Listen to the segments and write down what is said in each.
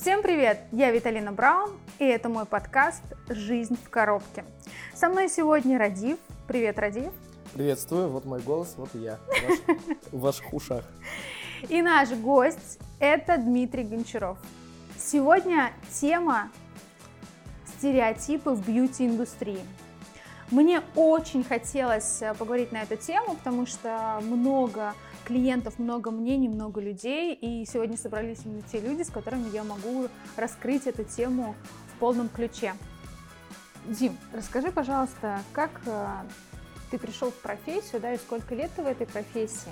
Всем привет! Я Виталина Браун, и это мой подкаст «Жизнь в коробке». Со мной сегодня Радив. Привет, Радив. Приветствую, вот мой голос, вот и я в ваших ушах. И наш гость – это Дмитрий Гончаров. Сегодня тема стереотипы в бьюти-индустрии. Мне очень хотелось поговорить на эту тему, потому что много клиентов, много мнений, много людей, и сегодня собрались именно те люди, с которыми я могу раскрыть эту тему в полном ключе. Дим, расскажи, пожалуйста, как ты пришел в профессию, да, и сколько лет ты в этой профессии?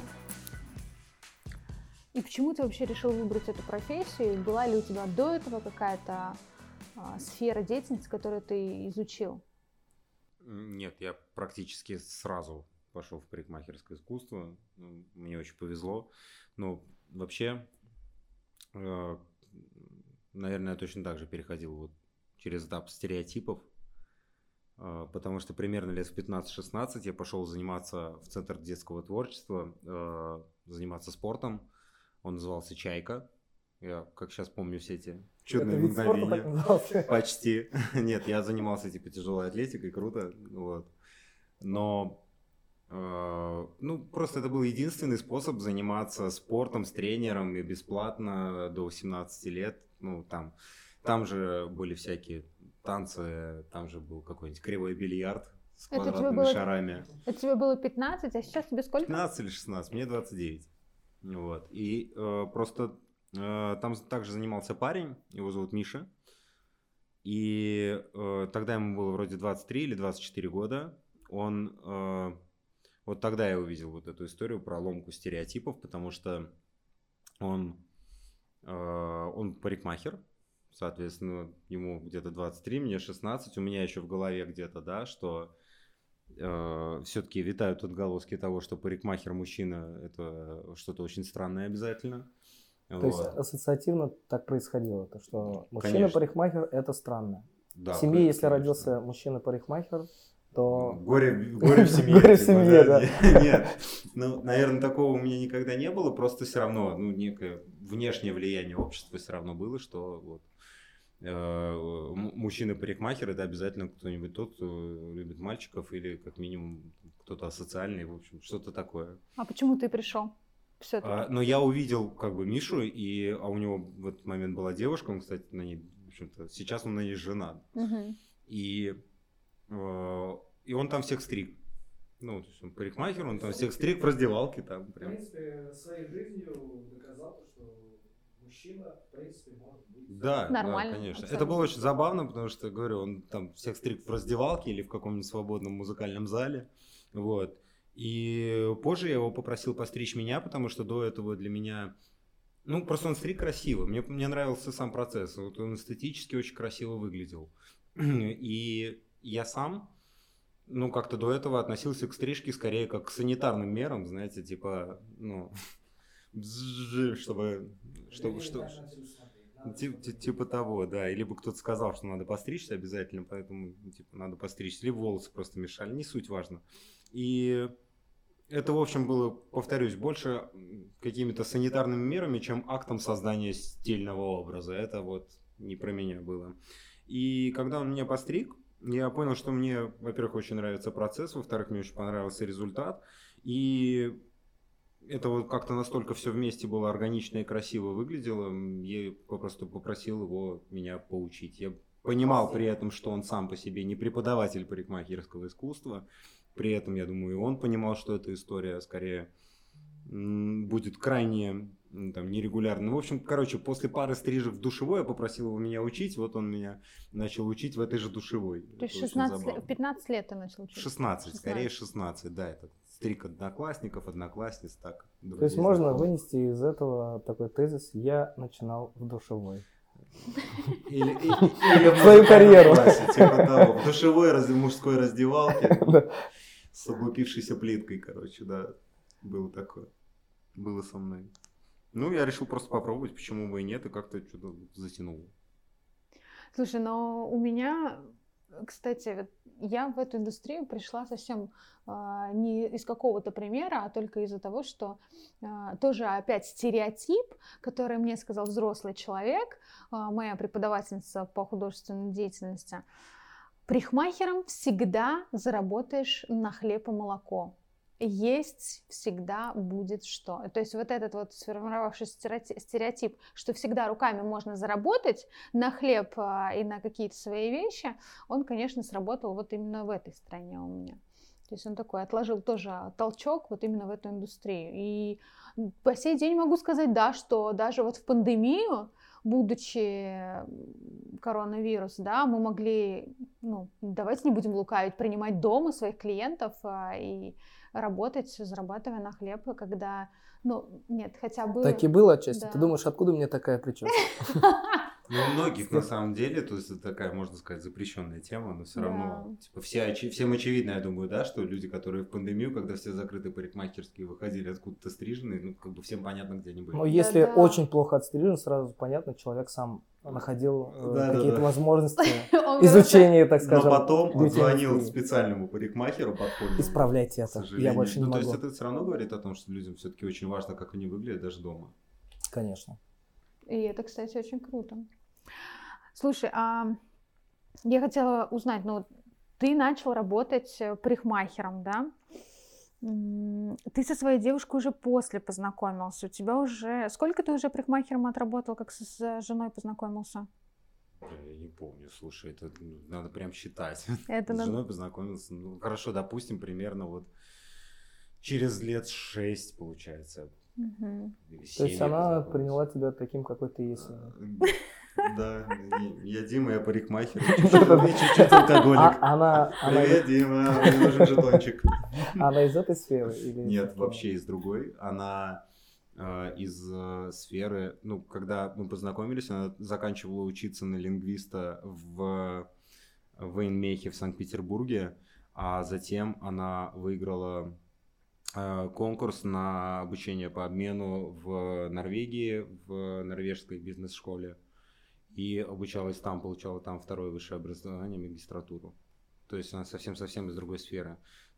И почему ты вообще решил выбрать эту профессию? Была ли у тебя до этого какая-то сфера деятельности, которую ты изучил? Нет, я практически сразу пошел в парикмахерское искусство. Мне очень повезло. Но вообще, наверное, я точно так же переходил вот через этап стереотипов. Потому что примерно лет в 15-16 я пошел заниматься в Центр детского творчества, заниматься спортом. Он назывался «Чайка». Я, как сейчас помню, все эти чудные мгновения. Почти. Нет, я занимался типа тяжелой атлетикой, круто. Вот. Но просто это был единственный способ заниматься спортом с тренером и бесплатно до 18 лет. Там же были всякие танцы, там же был какой-нибудь кривой бильярд с квадратными шарами. Это тебе было 15, а сейчас тебе сколько? 15 или 16, мне 29. Вот. И просто там также занимался парень, его зовут Миша. И тогда ему было вроде 23 или 24 года. Вот тогда я увидел вот эту историю про ломку стереотипов, потому что он парикмахер. Соответственно, ему где-то 23, мне 16. У меня еще в голове где-то, да, что все-таки витают отголоски того, что парикмахер-мужчина – это что-то очень странное обязательно. То есть ассоциативно так происходило, то что мужчина-парикмахер – это странно. Да, в семье, если родился мужчина-парикмахер, то… Горе в семье. Горе в семье, да. Нет, наверное, такого у меня никогда не было, просто все равно, некое внешнее влияние общества все равно было, что вот мужчина-парикмахер – это обязательно кто-нибудь тот, кто любит мальчиков или как минимум кто-то асоциальный, в общем, что-то такое. А почему ты пришел? Но я увидел как бы Мишу, а у него в этот момент была девушка, он, кстати, на ней, в общем-то, сейчас он на ней женат. Угу. И он там всех стриг. То есть он парикмахер, он там всех стриг в раздевалке там. Прям. В принципе, своей жизнью доказал, что мужчина, в принципе, может быть… Да, нормально. Да, конечно. Абсолютно. Это было очень забавно, потому что, говорю, он там всех стриг в раздевалке или в каком-нибудь свободном музыкальном зале. Вот. И позже я его попросил постричь меня, потому что до этого для меня… просто он стриг красиво. Мне нравился сам процесс. Вот он эстетически очень красиво выглядел. И я сам, как-то до этого относился к стрижке скорее как к санитарным мерам, знаете, типа, чтобы типа того, да. И либо кто-то сказал, что надо постричься обязательно, поэтому, надо постричься. Либо волосы просто мешали, не суть важно. И это, в общем, было, повторюсь, больше какими-то санитарными мерами, чем актом создания стильного образа. Это вот не про меня было. И когда он меня постриг, я понял, что мне, во-первых, очень нравится процесс, во-вторых, мне очень понравился результат. И это вот как-то настолько все вместе было органично и красиво выглядело, я просто попросил его меня поучить. Я понимал при этом, что он сам по себе не преподаватель парикмахерского искусства. При этом, я думаю, и он понимал, что эта история скорее будет крайне нерегулярной. В общем, после пары стрижек в душевой я попросил его меня учить. Вот он меня начал учить в этой же душевой. То есть 15 лет ты начал учить? 16, скорее 16, да. Это стриг одноклассников, одноклассниц, так. То есть можно вынести из этого такой тезис: я начинал в душевой. Или свою карьеру. Типа того, в душевой мужской раздевалке с облупившейся плиткой, да, было такое. Было со мной. Я решил просто попробовать, почему бы и нет, и как-то что-то затянуло. Слушай, но у меня Кстати, я в эту индустрию пришла совсем не из какого-то примера, а только из-за того, что тоже опять стереотип, который мне сказал взрослый человек, моя преподавательница по художественной деятельности. Парикмахером всегда заработаешь на хлеб и молоко. Есть всегда будет что. То есть вот этот вот сформировавшийся стереотип, что всегда руками можно заработать на хлеб и на какие-то свои вещи, он, конечно, сработал вот именно в этой стране у меня. То есть он такой отложил тоже толчок вот именно в эту индустрию. И по сей день могу сказать, да, что даже вот в пандемию, будучи коронавирус, да, мы могли, давайте не будем лукавить, принимать дома своих клиентов и работать, зарабатывая на хлеб, когда, нет, хотя бы... Так и было отчасти. Да. Ты думаешь, откуда у меня такая прическа? У многих на самом деле, то есть это такая, можно сказать, запрещенная тема, но все равно, типа, всем очевидно, я думаю, да, что люди, которые в пандемию, когда все закрыты парикмахерские, выходили откуда-то стриженные, как бы всем понятно, где они были. Но если очень плохо отстрижен, сразу понятно, человек сам находил какие-то возможности изучения, так скажем. Но потом он звонил специальному парикмахеру, подходил. Исправляйте это, я больше не могу. То есть это все равно говорит о том, что людям все-таки очень важно, как они выглядят даже дома. Конечно. И это, кстати, очень круто. Слушай, я хотела узнать, ты начал работать парикмахером, да? Ты со своей девушкой уже после познакомился. У тебя уже... Сколько ты уже парикмахером отработал, как с женой познакомился? Я не помню, слушай, это надо прям считать. С женой познакомился, хорошо, допустим, примерно вот через лет 6, получается. То есть она приняла тебя таким, какой ты есть. Да, я Дима, я парикмахер, чуть-чуть алкоголик. Привет, Дима, мне нужен жетончик. Она из этой сферы? Нет, вообще из другой. Она из сферы, когда мы познакомились, она заканчивала учиться на лингвиста в Вейнмехе в Санкт-Петербурге, а затем она выиграла конкурс на обучение по обмену в Норвегии, в норвежской бизнес-школе. И обучалась там, получала там второе высшее образование, магистратуру. То есть она совсем-совсем из другой сферы.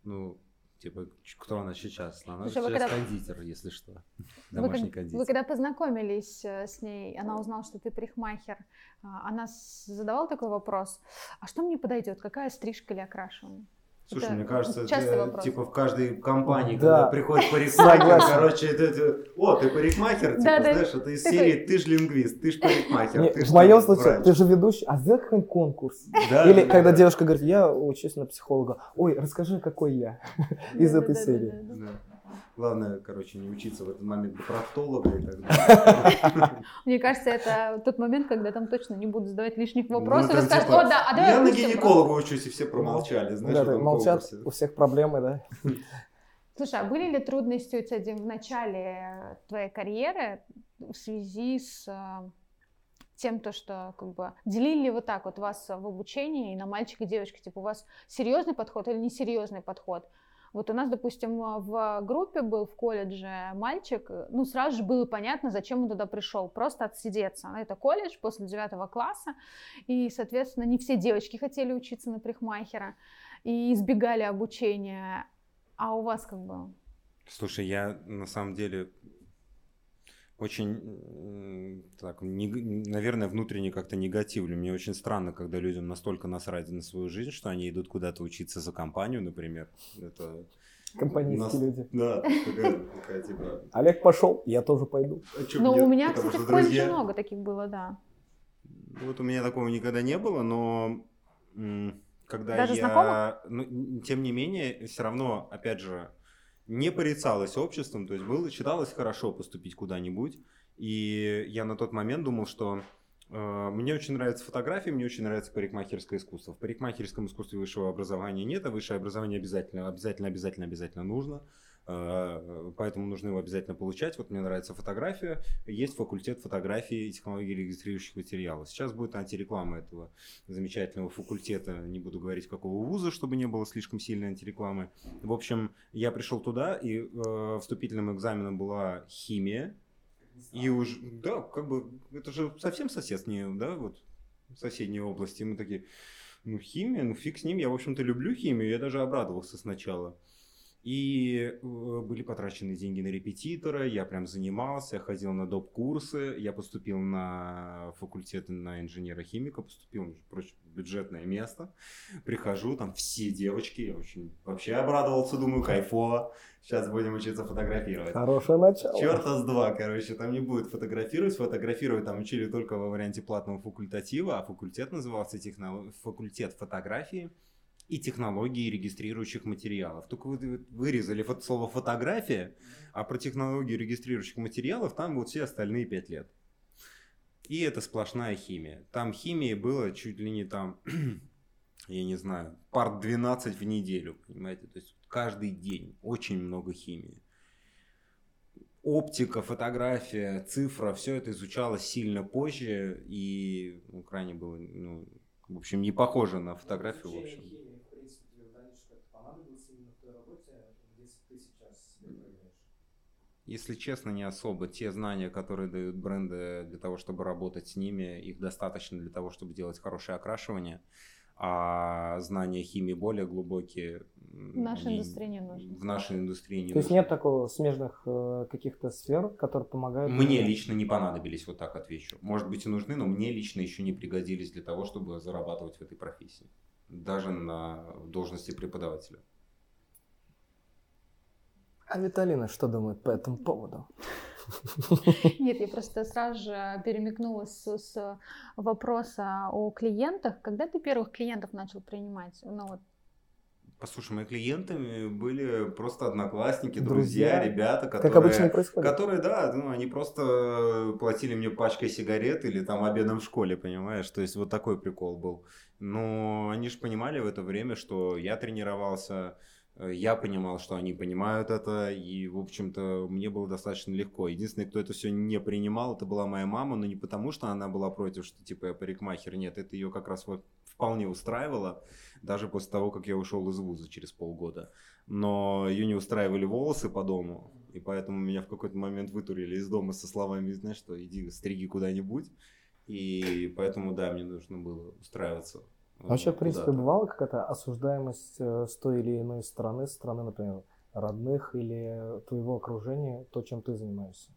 Кто она сейчас? Она сейчас кондитер, если что. Домашний кондитер. Вы когда познакомились с ней, она узнала, что ты парикмахер, она задавала такой вопрос: а что мне подойдет, какая стрижка или окрашивание? Слушай, мне кажется, в каждой компании, когда приходит парикмахер, ты парикмахер, знаешь, это из серии «Ты ж лингвист, ты ж парикмахер». В моем случае, ты же ведущий, а сделай какой-нибудь конкурс. Или когда девушка говорит, я учусь на психолога, ой, расскажи, какой я из этой серии. Главное, не учиться в этот момент до проктолога и так далее. Мне кажется, это тот момент, когда там точно не будут задавать лишних вопросов и скажут, давай я на гинеколога учусь, и все промолчали. Знаешь, молчат, у всех проблемы, да? Слушай, а были ли трудности у тебя в начале твоей карьеры в связи с тем, что делили ли вот так вот вас в обучении на мальчика и девочку? У вас серьезный подход или несерьезный подход? Вот у нас, допустим, в группе был в колледже мальчик, сразу же было понятно, зачем он туда пришел, просто отсидеться. Это колледж после 9 класса, и, соответственно, не все девочки хотели учиться на парикмахера и избегали обучения. А у вас как было? Слушай, я на самом деле очень, наверное, внутренне как-то негативлю. Мне очень странно, когда людям настолько насрать на свою жизнь, что они идут куда-то учиться за компанию, например. Это компанейские люди. Да, такая типа... Олег пошел, я тоже пойду. У меня, кстати, в колледже много таких было, да. Вот у меня такого никогда не было, но когда даже знакомых? Тем не менее, все равно, опять же, не порицалось обществом, то есть считалось хорошо поступить куда-нибудь. И я на тот момент думал, что мне очень нравятся фотографии, мне очень нравится парикмахерское искусство. В парикмахерском искусстве высшего образования нет, а высшее образование обязательно нужно. Поэтому нужно его обязательно получать. Вот мне нравится фотография. Есть факультет фотографии и технологий регистрирующих материалов. Сейчас будет антиреклама этого замечательного факультета. Не буду говорить, какого вуза, чтобы не было слишком сильной антирекламы. В общем, я пришел туда, и вступительным экзаменом была химия. И уже, это же совсем соседние, в соседней области. Мы такие... Ну, химия, ну фиг с ним, я, в общем-то, люблю химию, я даже обрадовался сначала. И были потрачены деньги на репетитора, я прям занимался, ходил на доп. Курсы, я поступил на факультет на инженера-химика, поступил, между прочим, в бюджетное место. Прихожу, там все девочки, я очень вообще обрадовался, думаю, кайфово, сейчас будем учиться фотографировать. Хорошее начало. Черта с два, короче, там не будет фотографировать там учили только во варианте платного факультатива, а факультет назывался факультет фотографии и технологии регистрирующих материалов. Только вы вырезали слово «фотография», а про технологии регистрирующих материалов там вот все остальные 5 лет. И это сплошная химия. Там химии было чуть ли не там, я не знаю, пар 12 в неделю, понимаете? То есть каждый день очень много химии. Оптика, фотография, цифра, все это изучалось сильно позже и крайне было, в общем, не похоже на фотографию, в общем. Если честно, не особо. Те знания, которые дают бренды для того, чтобы работать с ними, их достаточно для того, чтобы делать хорошее окрашивание. А знания химии более глубокие. В нашей индустрии не нужны. В нашей индустрии не нужны. То есть нет такого смежных каких-то сфер, которые помогают? Мне лично не понадобились, вот так отвечу. Может быть и нужны, но мне лично еще не пригодились для того, чтобы зарабатывать в этой профессии. Даже на должности преподавателя. А Виталина что думает по этому поводу? Нет, я просто сразу же перемекнулась с вопроса о клиентах. Когда ты первых клиентов начал принимать? Послушай, мои клиенты были просто одноклассники, друзья, ребята, которые, как обычно происходит. Которые, да, они просто платили мне пачкой сигарет или там обедом в школе, понимаешь? То есть вот такой прикол был. Но они же понимали в это время, что я тренировался, я понимал, что они понимают это, и, в общем-то, мне было достаточно легко. Единственный, кто это все не принимал, это была моя мама, но не потому, что она была против, что типа я парикмахер, нет, это ее как раз вполне устраивало, даже после того, как я ушел из вуза через полгода. Но ее не устраивали волосы по дому, и поэтому меня в какой-то момент вытурили из дома со словами, знаешь что, иди стриги куда-нибудь, и поэтому, да, мне нужно было устраиваться. Вообще, в принципе, бывала какая-то осуждаемость с той или иной стороны, например, родных или твоего окружения, то, чем ты занимаешься?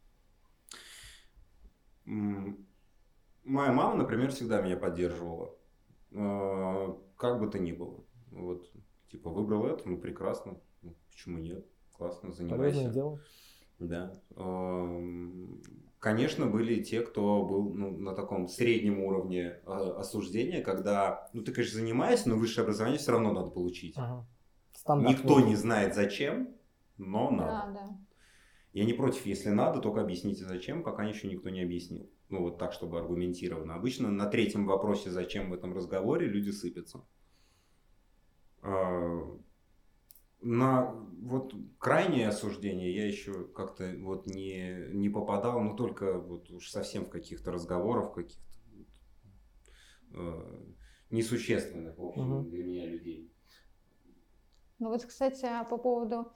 Моя мама, например, всегда меня поддерживала. Как бы то ни было. Вот, типа, выбрал это, прекрасно. Почему нет? Классно, занимайся. Полезное дело. Да. Конечно, были те, кто был на таком среднем уровне осуждения, когда, ты, конечно, занимаешься, но высшее образование все равно надо получить. Ага. Никто не знает зачем, но надо. Да. Я не против, если надо, только объясните зачем, пока еще никто не объяснил. Вот так, чтобы аргументированно. Обычно на третьем вопросе «зачем» в этом разговоре люди сыпятся. На вот крайнее осуждение я еще как-то вот не попадал, но только вот уж совсем в каких-то разговорах, каких-то несущественных, в общем, для меня людей. Кстати, по поводу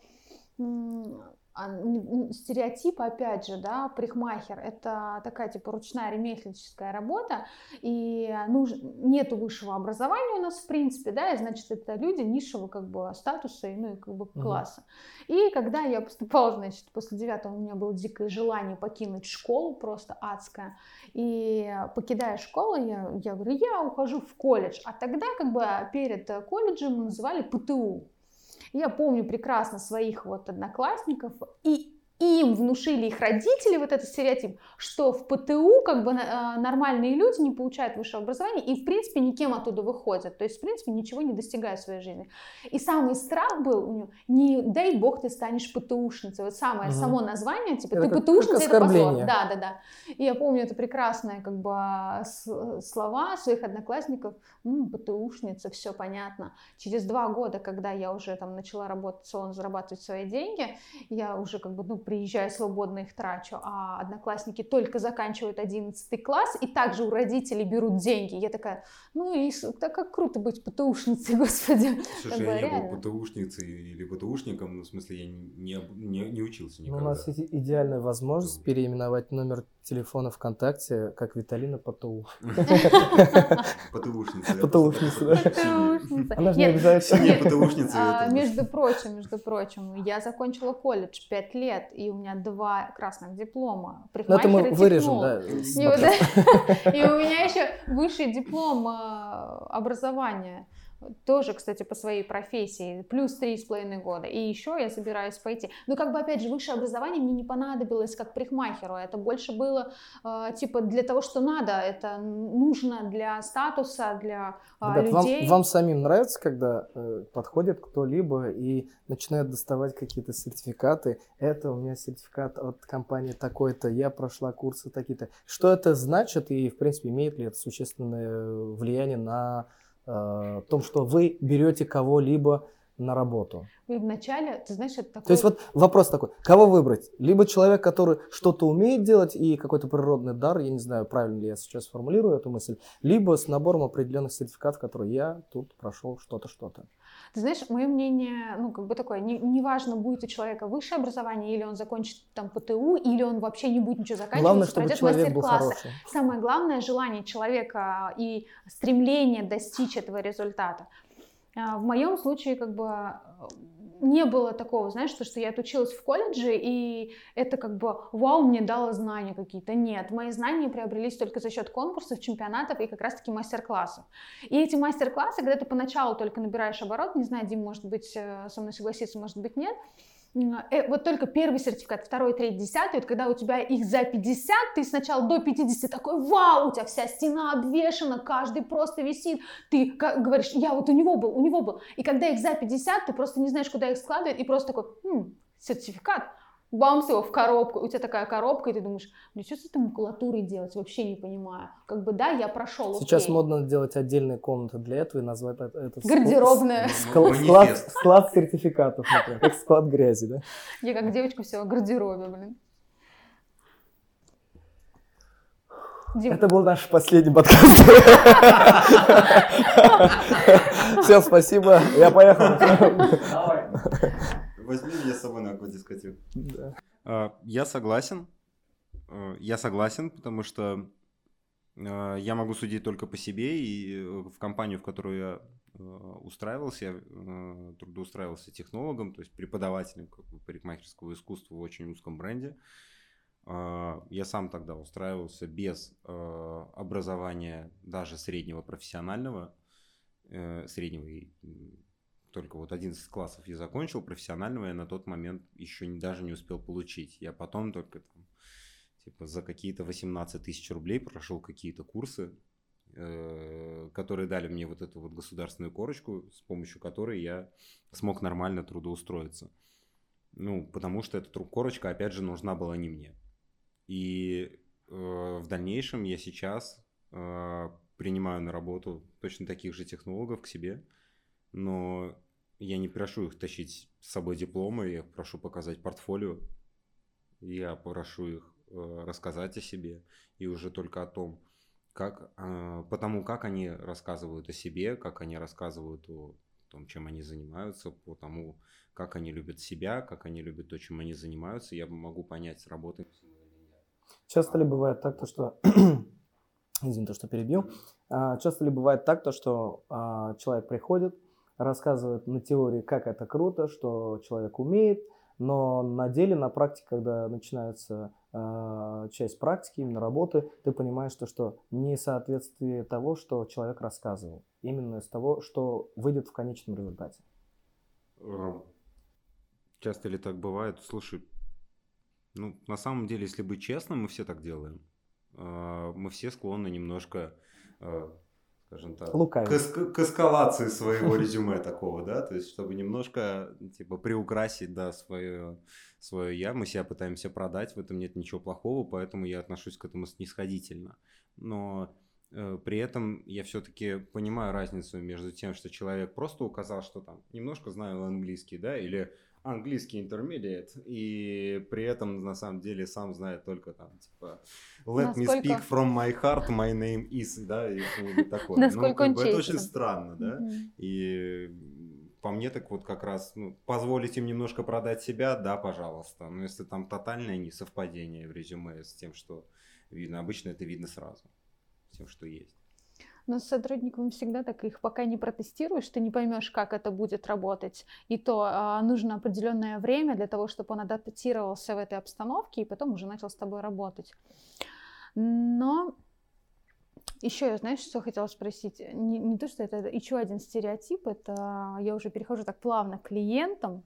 стереотипа, опять же, да, парикмахер — это такая типа ручная ремесленническая работа, и нету высшего образования у нас в принципе, да, и значит это люди низшего как бы статуса и класса. И когда я поступала, значит, после 9 у меня было дикое желание покинуть школу, просто адское, и покидая школу, я говорю, я ухожу в колледж, а тогда как бы перед колледжем мы называли ПТУ. Я помню прекрасно своих вот одноклассников, и им внушили их родители вот этот стереотип, что в ПТУ как бы нормальные люди не получают высшего образования и в принципе никем оттуда выходят, то есть в принципе ничего не достигают в своей жизни. И самый страх был у него, не дай бог ты станешь ПТУшницей, вот само название, типа это ты ПТУшница, это позор. Да. И я помню это прекрасные как бы слова своих одноклассников, ПТУшница, все понятно. Через 2 года, когда я уже там начала работать в салоне, зарабатывать свои деньги, я уже как бы приезжаю свободно, их трачу, а одноклассники только заканчивают 11 класс и также у родителей берут деньги. Я такая, так как круто быть ПТУшницей, господи. Слушай, я не был ПТУшницей или ПТУшником, в смысле я не учился никогда. У нас есть идеальная возможность переименовать номер телефона ВКонтакте, как Виталина ПТУ. ПТУшница. ПТУшница, да. ПТУшница. Она же не обижается. Не, ПТУшница. Между прочим, я закончила колледж 5 лет, и у меня 2 красных диплома. Ну, это мы вырежем, да. И у меня еще высший диплом образования. Тоже, кстати, по своей профессии, плюс 3,5 года. И еще я собираюсь пойти. Но как бы, опять же, высшее образование мне не понадобилось как парикмахеру. Это больше было, типа, для того, что надо. Это нужно для статуса, для людей. Вам самим нравится, когда подходит кто-либо и начинает доставать какие-то сертификаты? Это у меня сертификат от компании такой-то, я прошла курсы такие-то. Что это значит и, в принципе, имеет ли это существенное влияние на том, что вы берете кого-либо на работу? И вначале, ты знаешь, это такой... То есть вот вопрос такой, кого выбрать? Либо человек, который что-то умеет делать и какой-то природный дар, я не знаю, правильно ли я сейчас формулирую эту мысль, либо с набором определенных сертификатов, которые я тут прошел что-то. Ты знаешь, мое мнение, ну, как бы такое, неважно, будет у человека высшее образование, или он закончит там ПТУ, или он вообще не будет ничего заканчивать, главное, чтобы человек был хороший. Самое главное — желание человека и стремление достичь этого результата. В моем случае, как бы, не было такого, знаешь, что я отучилась в колледже, и это как бы, вау, мне дало знания какие-то. Нет, мои знания приобрелись только за счет конкурсов, чемпионатов и как раз-таки мастер-классов. И эти мастер-классы, когда ты поначалу только набираешь оборот, не знаю, Дим, может быть, со мной согласится, может быть, нет, вот только первый сертификат, второй, третий, 10, вот когда у тебя их за 50, ты сначала до 50 такой, вау, у тебя вся стена обвешана, каждый просто висит, ты говоришь, я вот у него был, и когда их за 50, ты просто не знаешь, куда их складывать, и просто такой, сертификат, бамс его в коробку, у тебя такая коробка, и ты думаешь, что с этой макулатурой делать, вообще не понимаю. Как бы, да, я прошел, Сейчас модно делать отдельные комнаты для этого и назвать это гардеробная. Склад сертификатов, например, как склад грязи, да? Я как девочка все о гардеробе, блин. Дим. Это был наш последний подкаст. Всем спасибо, я поехал. Давай. Возьми меня с собой на аквадискотеку. Да. Я согласен, потому что я могу судить только по себе, и в компанию, в которую я устраивался, я трудоустраивался технологом, то есть преподавателем парикмахерского искусства в очень узком бренде. Я сам тогда устраивался без образования даже среднего профессионального, среднего и только вот 11 классов я закончил, профессионального я на тот момент еще даже не успел получить. Я потом только там, типа, за какие-то 18 тысяч рублей прошел какие-то курсы, которые дали мне вот эту вот государственную корочку, с помощью которой я смог нормально трудоустроиться. Ну, потому что эта корочка, опять же, нужна была не мне. И в дальнейшем я сейчас принимаю на работу точно таких же технологов к себе, но я не прошу их тащить с собой дипломы, я прошу показать портфолио, я прошу их рассказать о себе и уже только о том, как они рассказывают о себе, как они рассказывают о том, чем они занимаются, по тому, как они любят себя, как они любят то, чем они занимаются, я могу понять с работы. Часто ли бывает так, что извини, что перебил, часто ли бывает так, что человек приходит, рассказывает на теории, как это круто, что человек умеет, но на деле, на практике, когда начинается часть практики, именно работы, ты понимаешь, что несоответствие того, что человек рассказывал, именно из того, что выйдет в конечном результате. Часто ли так бывает? Слушай, ну, на самом деле, если быть честным, мы все так делаем. Мы все склонны немножко, скажем так, к эскалации своего резюме такого, да, то есть, чтобы немножко, типа, приукрасить, да, свое я, мы себя пытаемся продать, в этом нет ничего плохого, поэтому я отношусь к этому снисходительно. Но при этом я все-таки понимаю разницу между тем, что человек просто указал, что там немножко знаю английский, да, или английский intermediate, и при этом на самом деле сам знает только там, типа, let me speak from my heart, my name is, да, и что-нибудь такое. Насколько он честен. Это очень странно, да, и по мне так вот как раз, позволить им немножко продать себя, да, пожалуйста, но если там тотальное несовпадение в резюме с тем, что видно. Обычно это видно сразу, тем, что есть. Но с сотрудниками всегда так, их пока не протестируешь, ты не поймешь, как это будет работать. И то нужно определенное время для того, чтобы он адаптировался в этой обстановке и потом уже начал с тобой работать. Но еще я, знаешь, что хотела спросить? Не то, что это еще один стереотип, это я уже перехожу так плавно к клиентам.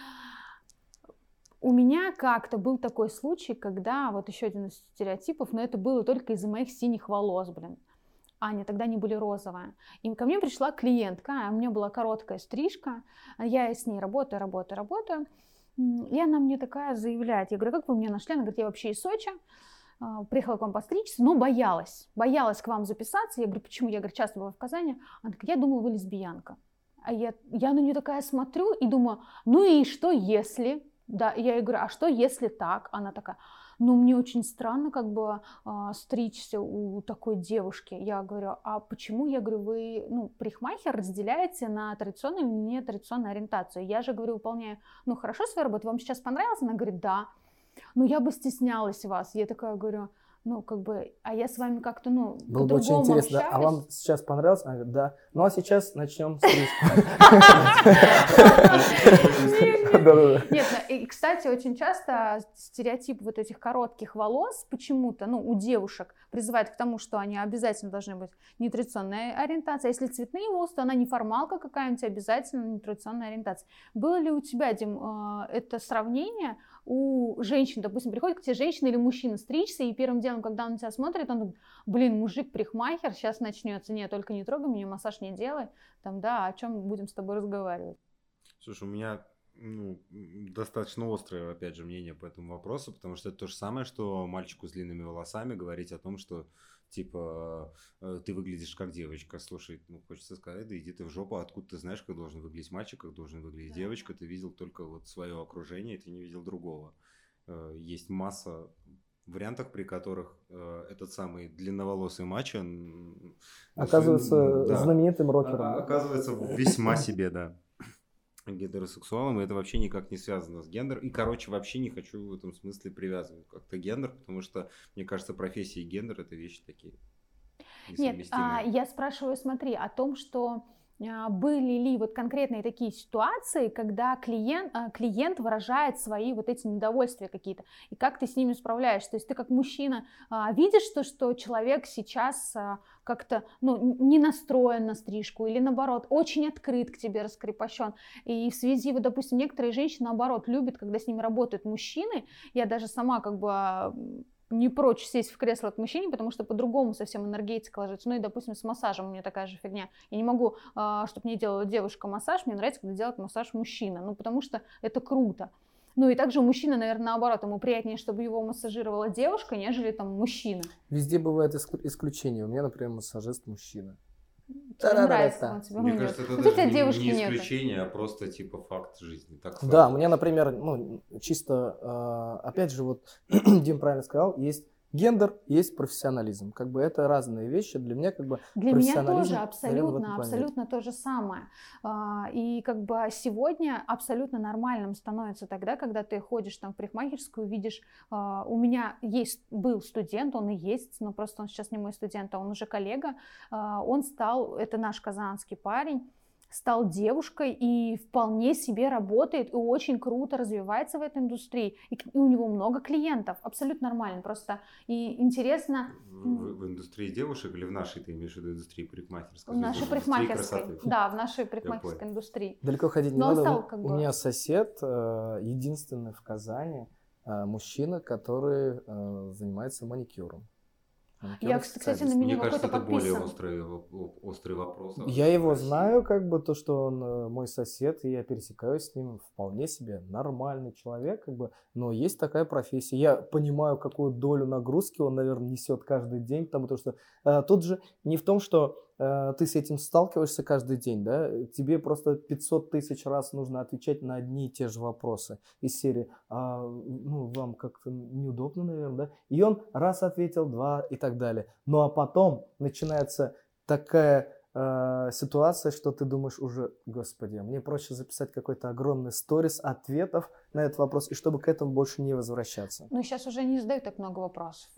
У меня как-то был такой случай, когда, вот еще один из стереотипов, но это было только из-за моих синих волос, блин. Они тогда не были розовые. И ко мне пришла клиентка, у меня была короткая стрижка, я с ней работаю. И она мне такая заявляет, я говорю, как вы меня нашли? Она говорит, я вообще из Сочи, приехала к вам постричься, но боялась к вам записаться. Я говорю, почему? Я говорю, часто была в Казани. Она такая, я думала, вы лесбиянка. А я на нее такая смотрю и думаю, ну и что если? Да, я ей говорю, а что если так? Она такая, ну мне очень странно как бы стричься у такой девушки. Я говорю, а почему? Я говорю, вы, парикмахер разделяете на традиционную или нетрадиционную ориентацию. Я же, говорю, выполняю, хорошо свою работу, вам сейчас понравилось? Она говорит, да. Ну я бы стеснялась вас. Я такая говорю, а я с вами как-то, было бы очень интересно, да? А вам сейчас понравилось? Она говорит, да. Ну а сейчас начнем стрижку. Нет, и, кстати, очень часто стереотип вот этих коротких волос почему-то, у девушек призывает к тому, что они обязательно должны быть нетрадиционной ориентации. А если цветные волосы, то она неформалка какая-нибудь, обязательно нетрадиционная ориентация. Было ли у тебя, Дим, это сравнение? У женщин, допустим, приходит к тебе женщина или мужчина стричься, и первым делом, когда он на тебя смотрит, он думает, мужик-парикмахер, сейчас начнется. Нет, только не трогай меня, массаж не делай. О чем будем с тобой разговаривать? Слушай, у меня достаточно острое, опять же, мнение по этому вопросу, потому что это то же самое, что мальчику с длинными волосами говорить о том, что типа ты выглядишь как девочка. Слушай, хочется сказать, да иди ты в жопу, откуда ты знаешь, как должен выглядеть мальчик, как должен выглядеть девочка, ты видел только вот свое окружение, ты не видел другого. Есть масса вариантов, при которых этот самый длинноволосый мачо оказывается знаменитым рокером. Оказывается весьма себе, да, гетеросексуалом, и это вообще никак не связано с гендером. И, вообще не хочу в этом смысле привязывать как-то гендер, потому что, мне кажется, профессия и гендер – это вещи такие несовместимые. Нет, я спрашиваю, смотри, о том, что были ли вот конкретные такие ситуации, когда клиент выражает свои вот эти недовольствия какие-то, и как ты с ними справляешься? То есть ты как мужчина видишь что человек сейчас как-то не настроен на стрижку или наоборот очень открыт к тебе, раскрепощен. И в связи, вот, допустим, некоторые женщины наоборот любят, когда с ними работают мужчины. Я даже сама как бы не прочь сесть в кресло от мужчины, потому что по-другому совсем энергетика ложится. И, допустим, с массажем у меня такая же фигня. Я не могу, чтобы мне делала девушка массаж, мне нравится, когда делает массаж мужчина, потому что это круто. И также у мужчины, наверное, наоборот, ему приятнее, чтобы его массажировала девушка, нежели там мужчина. Везде бывают исключения. У меня, например, массажист мужчина. Тебе нравится, он тебе Мне умеет. кажется, это даже не нету. исключение, а просто типа факт жизни. Так да, у меня, например, чисто, опять же, вот Дим правильно сказал, есть гендер, есть профессионализм. Как бы это разные вещи. Для меня как бы для меня тоже наверное, абсолютно то же самое. И как бы сегодня абсолютно нормальным становится тогда, когда ты ходишь там в парикмахерскую, видишь, у меня был студент, он и есть, но просто он сейчас не мой студент, а он уже коллега, это наш казанский парень, стал девушкой и вполне себе работает и очень круто развивается в этой индустрии. И у него много клиентов, абсолютно нормально. Просто и интересно... В индустрии девушек или в нашей, ты имеешь в виду индустрии парикмахерской? В нашей парикмахерской, да, в нашей парикмахерской индустрии. Далеко ходить не надо. У меня сосед, единственный в Казани, мужчина, который занимается маникюром. Я, кстати, на меня какой-то подписан. Мне кажется, это более острый вопрос. Я его знаю, как бы, то, что он мой сосед, и я пересекаюсь с ним, вполне себе нормальный человек, как бы, но есть такая профессия. Я понимаю, какую долю нагрузки он, наверное, несет каждый день, потому что тут же не в том, что ты с этим сталкиваешься каждый день, да, тебе просто 500 тысяч раз нужно отвечать на одни и те же вопросы из серии, вам как-то неудобно, наверное, да, и он раз ответил, два и так далее. Ну, а потом начинается такая ситуация, что ты думаешь уже, господи, мне проще записать какой-то огромный сторис ответов на этот вопрос, и чтобы к этому больше не возвращаться. Ну, сейчас уже не задают так много вопросов.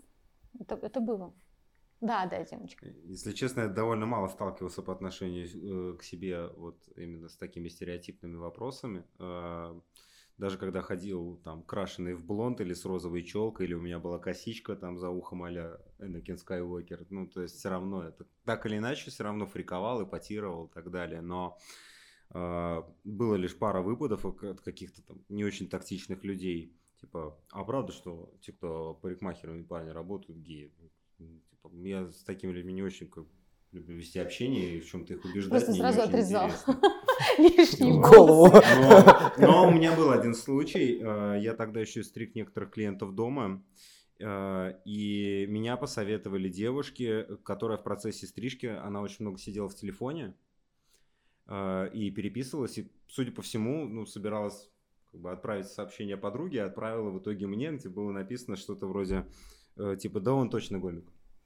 Это было. Да, Димочка. Если честно, я довольно мало сталкивался по отношению к себе вот именно с такими стереотипными вопросами. Даже когда ходил там крашеный в блонд или с розовой челкой, или у меня была косичка там за ухом а-ля Энакин Скайуокер, ну, то есть все равно это так или иначе все равно фриковал, эпатировал и так далее, но было лишь пара выпадов от каких-то там не очень тактичных людей, типа, а правда, что те, кто парикмахерами парни работают, геи? Типа, я с такими людьми не очень люблю вести общение и в чем-то их убеждать. Просто мне сразу не очень отрезал интересно. лишний голову. Но у меня был один случай, я тогда еще стриг некоторых клиентов дома, и меня посоветовали девушке, которая в процессе стрижки, она очень много сидела в телефоне и переписывалась, и, судя по всему, ну, собиралась как бы отправить сообщение подруге, а отправила в итоге мне, где было написано что-то вроде, типа, да он точно гомик.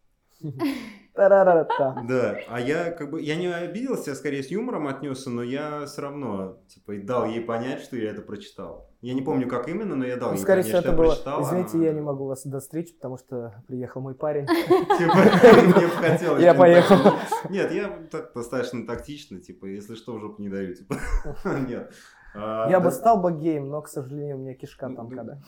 Да, а я как бы, я не обиделся, я скорее с юмором отнесся, но я все равно, типа, и дал ей понять, что я это прочитал. Я не помню, как именно, но я дал ей скорее понять, всего, что это я было, прочитал. извините, я не могу вас достричь, потому что приехал мой парень. Типа, мне бы хотелось. Я поехал. Нет, я так достаточно тактично, типа, если что, в жопу не даю, типа. Нет. Я бы стал бы геем, но, к сожалению, у меня кишка тонка, да.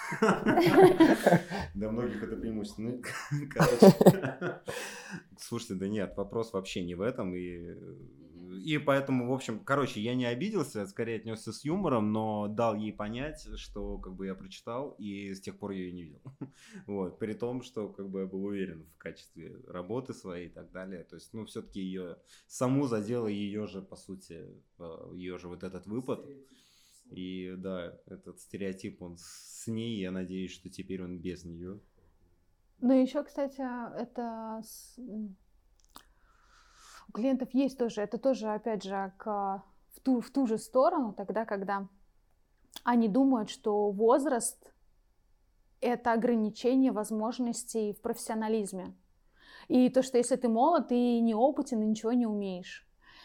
Для многих это преимущество. Ну, короче. Слушайте, да нет, вопрос вообще не в этом. И поэтому, в общем, короче, я не обиделся, скорее отнесся с юмором, но дал ей понять, что как бы я прочитал, и с тех пор я ее не видел. Вот, при том, что как бы я был уверен в качестве работы своей и так далее. То есть, ну, все-таки ее саму задело ее же, по сути, ее же вот этот выпад. И да, этот стереотип, он с ней, я надеюсь, что теперь он без нее. Ну, еще, кстати, это у клиентов есть тоже, это тоже, опять же, в ту же сторону, тогда, когда они думают, что возраст – это ограничение возможностей в профессионализме. И то, что если ты молод, ты неопытен и ничего не умеешь.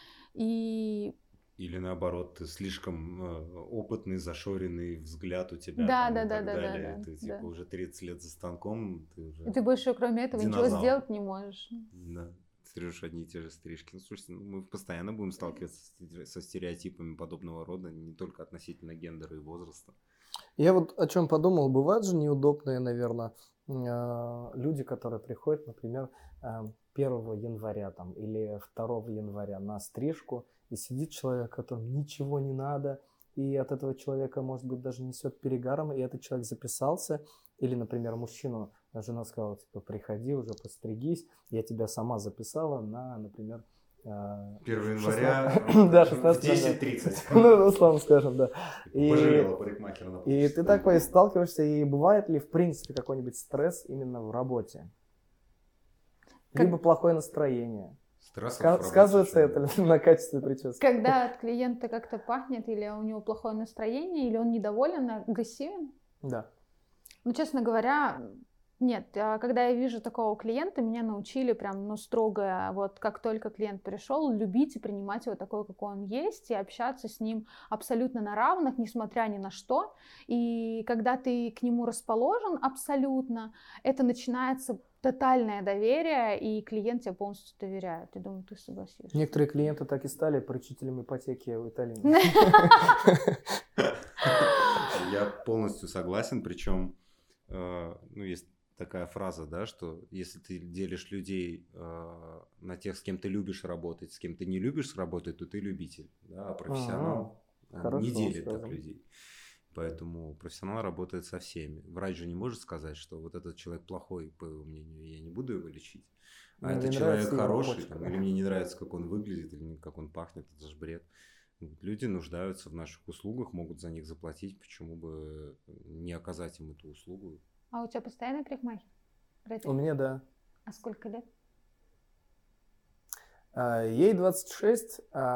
Или наоборот, ты слишком опытный, зашоренный взгляд у тебя. Да, там, да, и да, так да, далее. да, Ты типа да. уже 30 лет за станком. Ты уже И ты больше, кроме этого, динозавр. ничего сделать не можешь. Да, стрижешь одни и те же стрижки. Ну, слушайте, мы постоянно будем сталкиваться со стереотипами подобного рода, не только относительно гендера и возраста. Я вот о чем подумал, бывают же неудобные, наверное, люди, которые приходят, например, 1 января там, или 2 января на стрижку, и сидит человек, которому ничего не надо, и от этого человека, может быть, даже несет перегаром, и этот человек записался, или, например, мужчину, жена сказала, типа, приходи уже, постригись, я тебя сама записала на, например, 1 января да, в 16:00. 10:30. Ну, условно скажем, да. Пожалела парикмахера на И ты такой сталкиваешься, и бывает ли, в принципе, какой-нибудь стресс именно в работе? Либо плохое настроение. Сказывается это на качестве прически? Когда от клиента как-то пахнет, или у него плохое настроение, или он недоволен, агрессивен? Да. Ну, честно говоря, нет. Когда я вижу такого клиента, меня научили прям, ну, строго, вот как только клиент пришел, любить и принимать его такой, какой он есть, и общаться с ним абсолютно на равных, несмотря ни на что. И когда ты к нему расположен абсолютно, это начинается тотальное доверие, и клиент тебе полностью доверяет. Я думаю, ты согласишься. Некоторые клиенты так и стали поручителем ипотеки в Италии. Я полностью согласен, причем, ну, есть такая фраза, да, что если ты делишь людей на тех, с кем ты любишь работать, с кем ты не любишь работать, то ты любитель, да, а профессионал не делит так людей. Поэтому профессионал работает со всеми. Врач же не может сказать, что вот этот человек плохой, по его мнению, я не буду его лечить. А этот человек хороший, там, или мне не нравится, как он выглядит, или как он пахнет, это же бред. Люди нуждаются в наших услугах, могут за них заплатить, почему бы не оказать им эту услугу. А у тебя постоянный парикмахер? У меня, да. А сколько лет? Ей 26,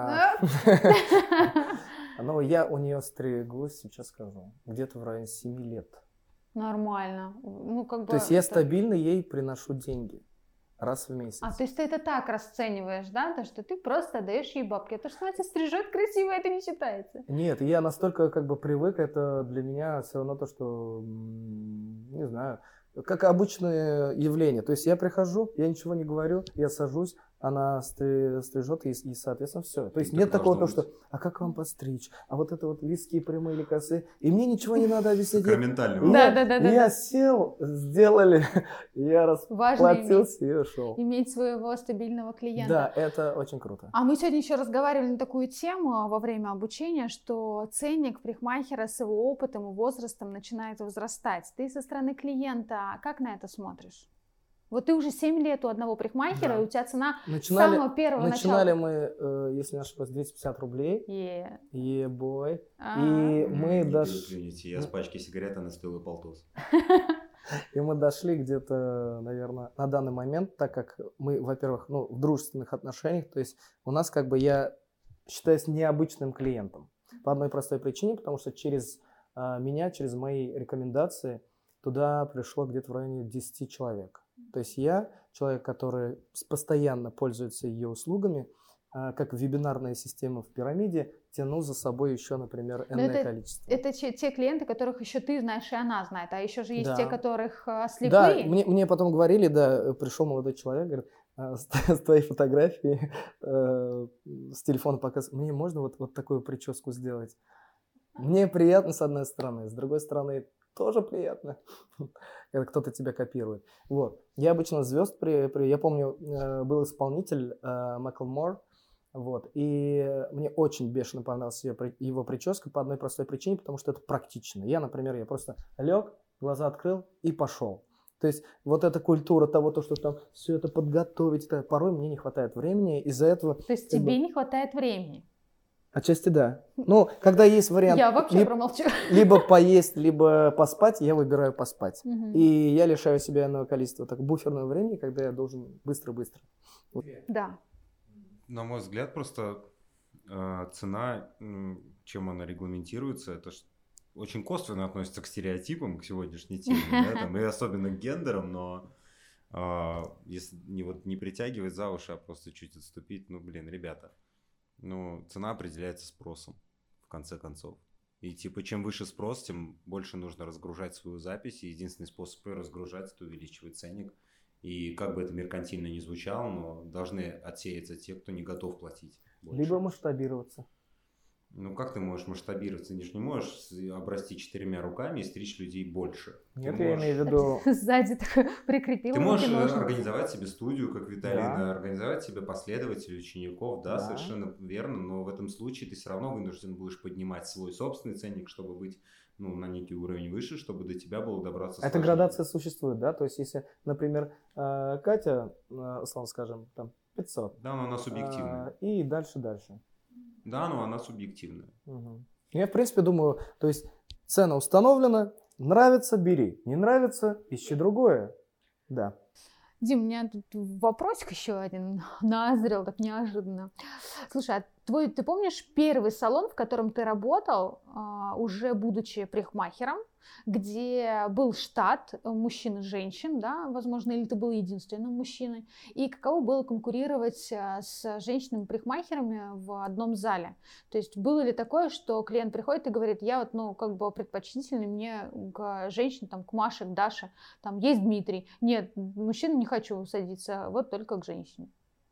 но я у нее стригусь, сейчас скажу, где-то в районе 7 лет. Нормально. Ну, как бы То есть я стабильно ей приношу деньги раз в месяц. то есть ты это так расцениваешь, да? То, что ты просто даешь ей бабки. То, что она тебя стрижет красиво, это не считается. Нет, я настолько как бы привык, это для меня все равно то, что, не знаю, как обычное явление. То есть я прихожу, я ничего не говорю, я сажусь, она стрижет, и соответственно, все. То есть И нет так такого, то, должно что, а как вам постричь? А вот это вот виски прямые или косые? И мне ничего не надо объяснять. Сакраментальный Да, вопрос. да, да, Я да. сел, сделали, я Важно расплатился и ушел. иметь своего стабильного клиента. Да, это очень круто. А мы сегодня еще разговаривали на такую тему во время обучения, что ценник парикмахера с его опытом и возрастом начинает возрастать. Ты со стороны клиента как на это смотришь? Вот ты уже 7 лет у одного парикмахера, Да. и у тебя цена Начинали, самого первого начинали начала. мы, если не ошибаюсь, 250 рублей. Е. Ебой. А. И мы Не дошли. извините, я с пачки сигарет, она стоила полтос. И мы дошли где-то, наверное, на данный момент, так как мы, во-первых, в дружественных отношениях, то есть у нас как бы я считаюсь необычным клиентом. По одной простой причине, потому что через меня, через мои рекомендации туда пришло где-то в районе 10 человек. То есть я, человек, который постоянно пользуется ее услугами, как вебинарная система в пирамиде, тяну за собой еще, например, энное количество. Это те клиенты, которых еще ты знаешь, и она знает, а еще же есть Да. те, которых Да, слепые. мне потом говорили, да, пришел молодой человек, говорит, с твоей фотографией, с телефона показывает, мне можно вот такую прическу сделать? Мне приятно с одной стороны, с другой стороны тоже приятно, когда кто-то тебя копирует. Вот. Я обычно звезд, я помню, был исполнитель Macklemore, вот, и мне очень бешено понравилась его прическа по одной простой причине, потому что это практично. Я, например, я просто лег, глаза открыл и пошел. То есть вот эта культура того, что там все это подготовить, порой мне не хватает времени, из-за этого... То есть тебе не хватает времени? Отчасти да. Ну, когда есть вариант... Я вообще промолчу. Либо поесть, либо поспать, я выбираю поспать. Мгм. И я лишаю себя иного количества так, буферного времени, когда я должен быстро-быстро. Да. На мой взгляд, просто цена, чем она регламентируется, это очень косвенно относится к стереотипам, к сегодняшней теме, да, там, и особенно к гендерам, но если не притягивать за уши, а просто чуть отступить, ребята, цена определяется спросом, в конце концов. И чем выше спрос, тем больше нужно разгружать свою запись, и единственный способ ее разгружать – это увеличивать ценник. И как бы это меркантильно не звучало, но должны отсеяться те, кто не готов платить больше. Либо масштабироваться. Как ты можешь масштабироваться? Ты же не можешь обрасти 4 руками и стричь людей больше. Нет, я имею в виду... Сзади так прикрепил. Ты можешь организовать себе студию, как Виталина, Да. организовать себе последователей, учеников, да, Да. совершенно верно, но в этом случае ты все равно вынужден будешь поднимать свой собственный ценник, чтобы быть на некий уровень выше, чтобы до тебя было добраться Эта сложнее. градация существует, да? То есть, если, например, Катя, условно скажем, там 500. Да, но она субъективная. И дальше. Да, но она субъективная. Угу. Я, в принципе, думаю, то есть, цена установлена, нравится – бери, не нравится – ищи другое. Да. Дим, у меня тут вопросик еще один назрел так неожиданно. Слушай, а ты помнишь первый салон, в котором ты работал, уже будучи парикмахером, где был штат мужчин и женщин, да, возможно, или ты был единственным мужчиной, и каково было конкурировать с женщинами-парикмахерами в одном зале? То есть было ли такое, что клиент приходит и говорит, я предпочтительный мне к женщине, к Маше, к Даше, там есть Дмитрий, нет, мужчину не хочу садиться, вот только к женщине.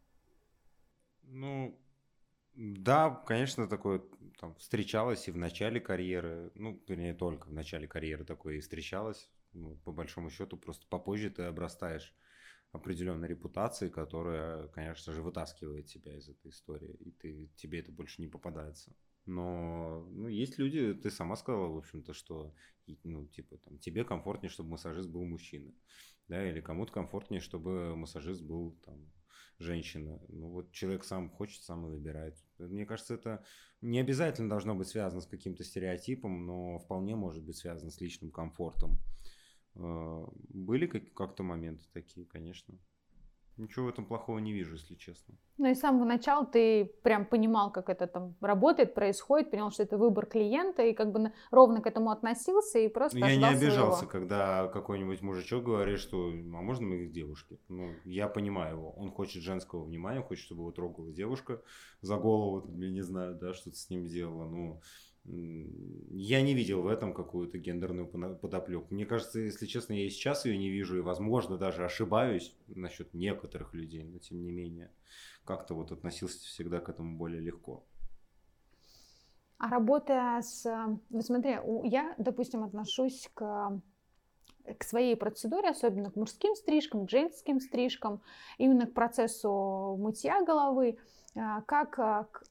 Да, конечно, такое встречалось и в начале карьеры, вернее, только в начале карьеры такое и встречалось. По большому счету, просто попозже ты обрастаешь определенной репутацией, которая, конечно же, вытаскивает тебя из этой истории, и тебе это больше не попадается. Но есть люди, ты сама сказала, в общем-то, что тебе комфортнее, чтобы массажист был мужчина, да, или кому-то комфортнее, чтобы массажист был женщина. Человек сам хочет, сам и выбирает. Мне кажется, это не обязательно должно быть связано с каким-то стереотипом, но вполне может быть связано с личным комфортом. Были как-то моменты такие, конечно. Ничего в этом плохого не вижу, если честно. И с самого начала ты прям понимал, как это работает, происходит, понял, что это выбор клиента, и ровно к этому относился, и просто Я не ожидал обижался, своего. когда какой-нибудь мужичок говорит, что а можно мы их девушки? Я понимаю его. Он хочет женского внимания, хочет, чтобы его трогала девушка за голову, я не знаю, да, что-то с ним делала. Я не видел в этом какую-то гендерную подоплеку. Мне кажется, если честно, я и сейчас ее не вижу, и, возможно, даже ошибаюсь насчет некоторых людей, но тем не менее, как-то вот относился всегда к этому более легко. А работая вот смотри, я, допустим, отношусь к своей процедуре, особенно к мужским стрижкам, к женским стрижкам, именно к процессу мытья головы, как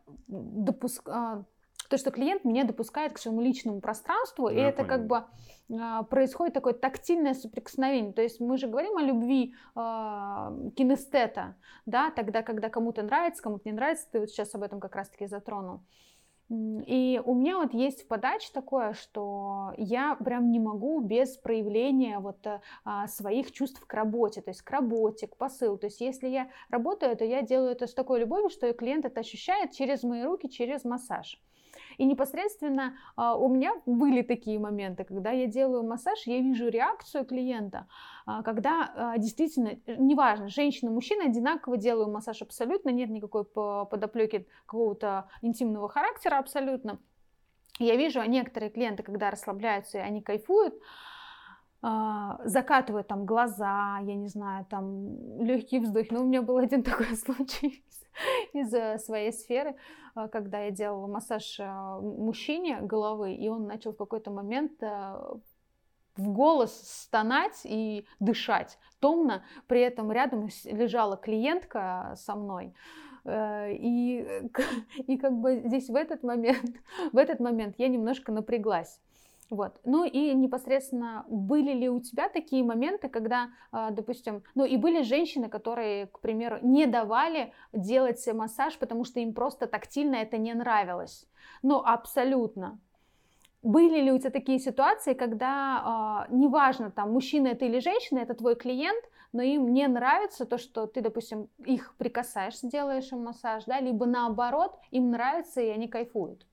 то, что клиент меня допускает к своему личному пространству, и это как бы происходит такое тактильное соприкосновение. То есть мы же говорим о любви кинестета, да, тогда, когда кому-то нравится, кому-то не нравится, ты вот сейчас об этом как раз-таки затронул. И у меня вот есть в подаче такое, что я прям не могу без проявления вот своих чувств к работе, то есть к работе, к посылу. То есть если я работаю, то я делаю это с такой любовью, что и клиент это ощущает через мои руки, через массаж. И непосредственно у меня были такие моменты, когда я делаю массаж, я вижу реакцию клиента, когда действительно, неважно, женщина, мужчина, одинаково делаю массаж абсолютно, нет никакой подоплеки какого-то интимного характера абсолютно. Я вижу, некоторые клиенты, когда расслабляются, и они кайфуют, закатывают там глаза, я не знаю, там легкие вздохи. Но у меня был один такой случай из своей сферы, когда я делала массаж мужчине головы, и он начал в какой-то момент в голос стонать и дышать томно. При этом рядом лежала клиентка со мной. И как бы здесь в этот момент я немножко напряглась. Вот. Ну и непосредственно были ли у тебя такие моменты, когда, допустим, ну и были женщины, которые, к примеру, не давали делать массаж, потому что им просто тактильно это не нравилось? Ну, абсолютно. Были ли у тебя такие ситуации, когда, неважно, там, мужчина это или женщина, это твой клиент, но им не нравится то, что ты, допустим, их прикасаешься, делаешь им массаж, да, либо наоборот, им нравится и они кайфуют?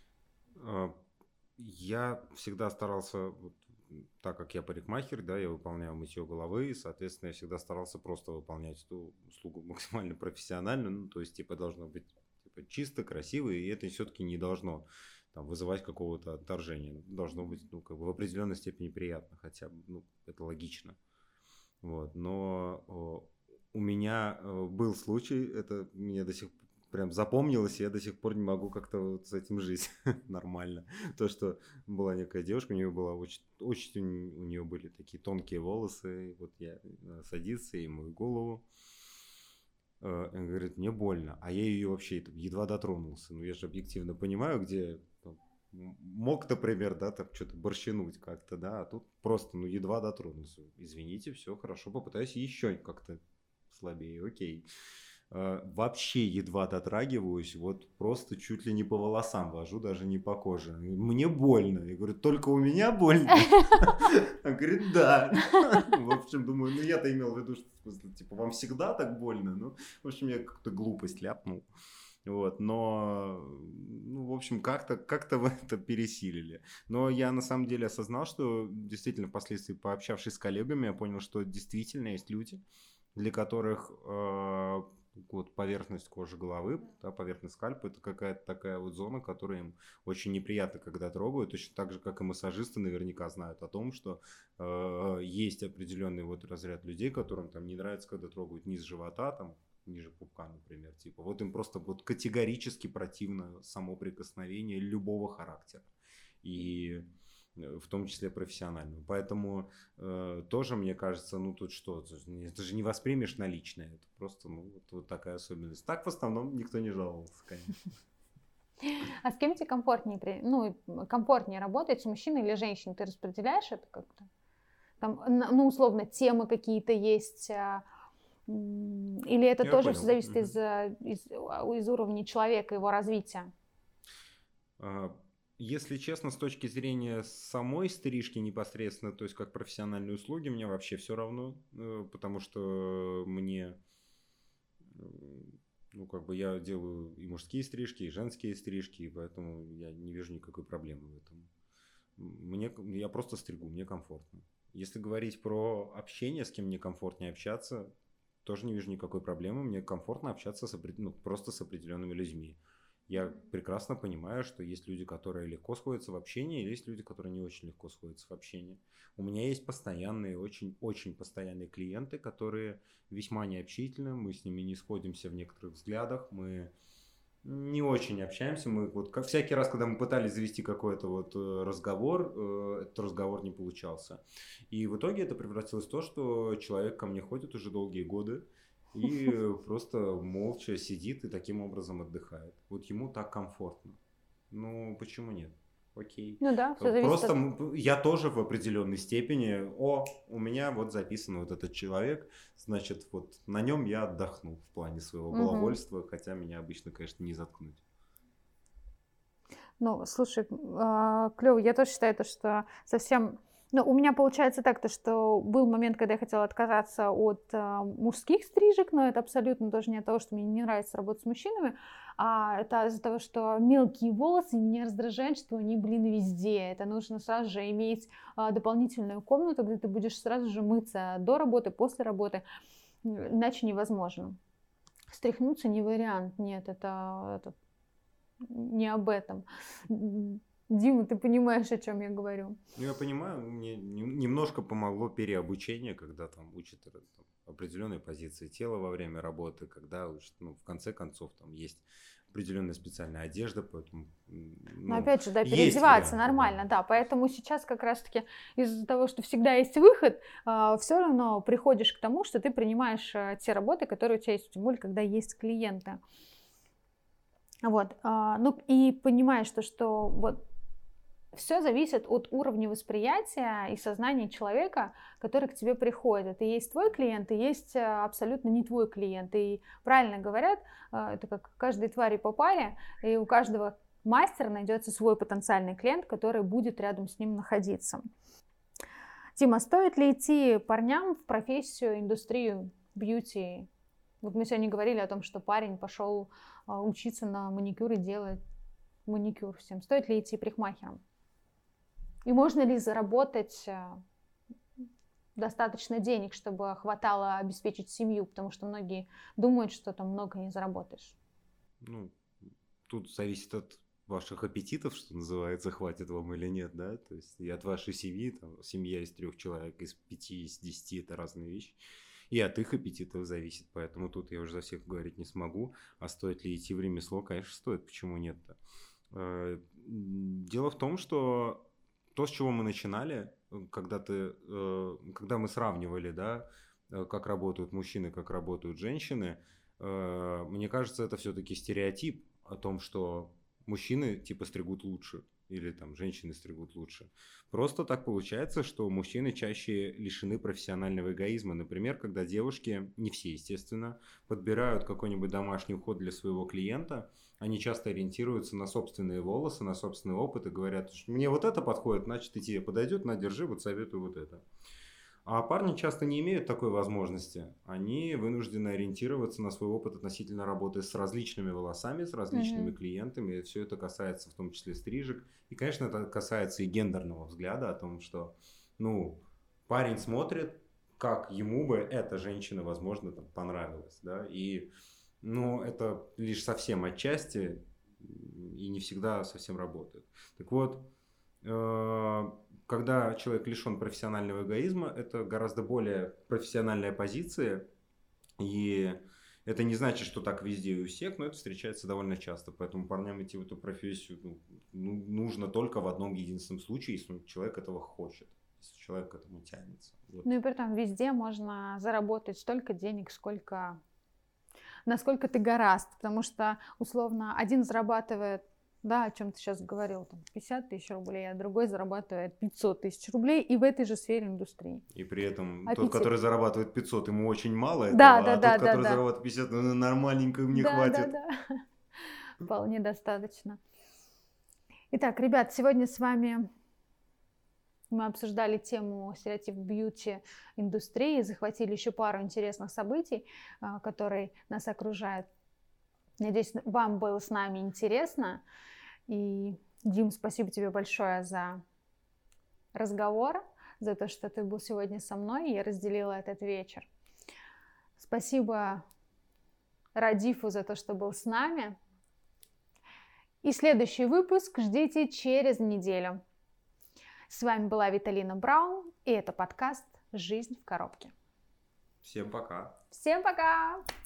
Я всегда старался, вот, так как я парикмахер, да, я выполняю мытье головы, и, соответственно, я всегда старался просто выполнять эту услугу максимально профессионально, ну, то есть, типа, должно быть типа, чисто, красиво, и это все-таки не должно там, вызывать какого-то отторжения. Должно быть, ну, как бы в определенной степени приятно, хотя бы, ну, это логично. Вот, но у меня был случай, это мне до сих пор прям запомнилось, и я до сих пор не могу как-то вот с этим жить нормально. То, что была некая девушка, у нее была очень у нее были такие тонкие волосы, и вот я садится и мою голову, и он говорит, мне больно, а я ее вообще едва дотронулся. Ну, я же объективно понимаю, где мог, например, да, там что-то борщинуть как-то, да, а тут просто, ну, едва дотронулся. Извините, все, хорошо, попытаюсь еще как-то слабее, окей. Вообще едва дотрагиваюсь, вот просто чуть ли не по волосам вожу, даже не по коже. Мне больно. Я говорю, только у меня больно? Он говорит, да. В общем, думаю, ну я-то имел в виду, что типа вам всегда так больно? Ну, в общем, я как-то глупость ляпнул. Вот, но, ну, в общем, как-то вы это пересилили. Но я на самом деле осознал, что действительно впоследствии, пообщавшись с коллегами, я понял, что действительно есть люди, для которых вот поверхность кожи головы, да, поверхность скальпа, это какая-то такая вот зона, которая им очень неприятна, когда трогают. Точно так же, как и массажисты наверняка знают о том, что есть определенный вот разряд людей, которым там не нравится, когда трогают низ живота, там, ниже пупка, например. Типа, вот им просто вот категорически противно само прикосновение любого характера. И в том числе профессиональную. Поэтому тоже, мне кажется, ну тут что, это же не воспримешь на личное, это просто ну, вот такая особенность. Так в основном никто не жаловался, конечно. А с кем тебе комфортнее работать, с мужчиной или женщиной? Ты распределяешь это как-то? Там, ну, условно, темы какие-то есть, или это тоже все зависит из уровня человека, его развития? Если честно, с точки зрения самой стрижки непосредственно, то есть как профессиональной услуги, мне вообще все равно, потому что мне, ну как бы я делаю и мужские стрижки, и женские стрижки, и поэтому я не вижу никакой проблемы в этом. Я просто стригу, мне комфортно. Если говорить про общение, с кем мне комфортнее общаться, тоже не вижу никакой проблемы, мне комфортно общаться просто с определенными людьми. Я прекрасно понимаю, что есть люди, которые легко сходятся в общении, и есть люди, которые не очень легко сходятся в общении. У меня есть постоянные, очень-очень постоянные клиенты, которые весьма необщительны, мы с ними не сходимся в некоторых взглядах, мы не очень общаемся. Мы вот как всякий раз, когда мы пытались завести какой-то вот разговор, этот разговор не получался. И в итоге это превратилось в то, что человек ко мне ходит уже долгие годы и просто молча сидит и таким образом отдыхает. Вот ему так комфортно. Ну, почему нет? Окей. Ну да, все зависит Просто от... я тоже в определенной степени, у меня вот записан вот этот человек, значит, вот на нем я отдохну в плане своего баловольства, хотя меня обычно, конечно, не заткнуть. Ну, слушай, клево. Я тоже считаю, что совсем... Ну, у меня получается так, что был момент, когда я хотела отказаться от мужских стрижек, но это абсолютно тоже не от того, что мне не нравится работать с мужчинами, а это из-за того, что мелкие волосы меня раздражают, что они, везде. Это нужно сразу же иметь дополнительную комнату, где ты будешь сразу же мыться до работы, после работы, иначе невозможно. Стряхнуться не вариант, нет, это не об этом. Дима, ты понимаешь, о чем я говорю? Ну, я понимаю, мне немножко помогло переобучение, когда там учат там, определенные позиции тела во время работы, когда учат, в конце концов там есть определенная специальная одежда, поэтому... Но опять же, да, переодеваться нормально, да, поэтому сейчас как раз-таки из-за того, что всегда есть выход, все равно приходишь к тому, что ты принимаешь те работы, которые у тебя есть, тем более, когда есть клиенты. Вот, ну и понимаешь, что вот все зависит от уровня восприятия и сознания человека, который к тебе приходит. И есть твой клиент, и есть абсолютно не твой клиент. И правильно говорят, это как каждой твари по паре, и у каждого мастера найдется свой потенциальный клиент, который будет рядом с ним находиться. Дима, стоит ли идти парням в профессию, индустрию бьюти? Вот мы сегодня говорили о том, что парень пошел учиться на маникюр и делать маникюр всем. Стоит ли идти парикмахером? И можно ли заработать достаточно денег, чтобы хватало обеспечить семью? Потому что многие думают, что там много не заработаешь. Ну, тут зависит от ваших аппетитов, что называется, хватит вам или нет, да? То есть и от вашей семьи, там, семья из 3 человек, из 5, из 10 – это разные вещи. И от их аппетитов зависит, поэтому тут я уже за всех говорить не смогу. А стоит ли идти в ремесло? Конечно, стоит. Почему нет-то? Дело в том, что то, с чего мы начинали, когда мы сравнивали, да, как работают мужчины, как работают женщины, мне кажется, это все-таки стереотип о том, что мужчины типа стригут лучше или там женщины стригут лучше. Просто так получается, что мужчины чаще лишены профессионального эгоизма. Например, когда девушки, не все, естественно, подбирают какой-нибудь домашний уход для своего клиента, они часто ориентируются на собственные волосы, на собственный опыт и говорят, что мне вот это подходит, значит и тебе подойдет, на, держи, вот советую вот это. А парни часто не имеют такой возможности. Они вынуждены ориентироваться на свой опыт относительно работы с различными волосами, с различными клиентами. И все это касается в том числе стрижек. И, конечно, это касается и гендерного взгляда о том, что парень смотрит, как ему бы эта женщина, возможно, там, понравилась. Да? И это лишь совсем отчасти и не всегда совсем работает. Так вот, когда человек лишен профессионального эгоизма, это гораздо более профессиональная позиция, и это не значит, что так везде и у всех, но это встречается довольно часто, поэтому парням идти в эту профессию нужно только в одном единственном случае, если человек этого хочет, если человек к этому тянется. Вот. Ну и при этом везде можно заработать столько денег, насколько ты горазд, потому что, условно, один зарабатывает, да, о чем ты сейчас говорил, там 50 тысяч рублей, а другой зарабатывает 500 тысяч рублей и в этой же сфере индустрии. И при этом тот, который зарабатывает 500, ему очень мало этого, да, тот, который зарабатывает 50, нормальненько мне хватит. Да. Вполне достаточно. Итак, ребят, сегодня с вами мы обсуждали тему стереотип бьюти индустрии, захватили еще пару интересных событий, которые нас окружают. Надеюсь, вам было с нами интересно. И, Дим, спасибо тебе большое за разговор, за то, что ты был сегодня со мной, и я разделила этот вечер. Спасибо Радифу за то, что был с нами. И следующий выпуск ждите через неделю. С вами была Виталина Браун, и это подкаст «Жизнь в коробке». Всем пока. Всем пока!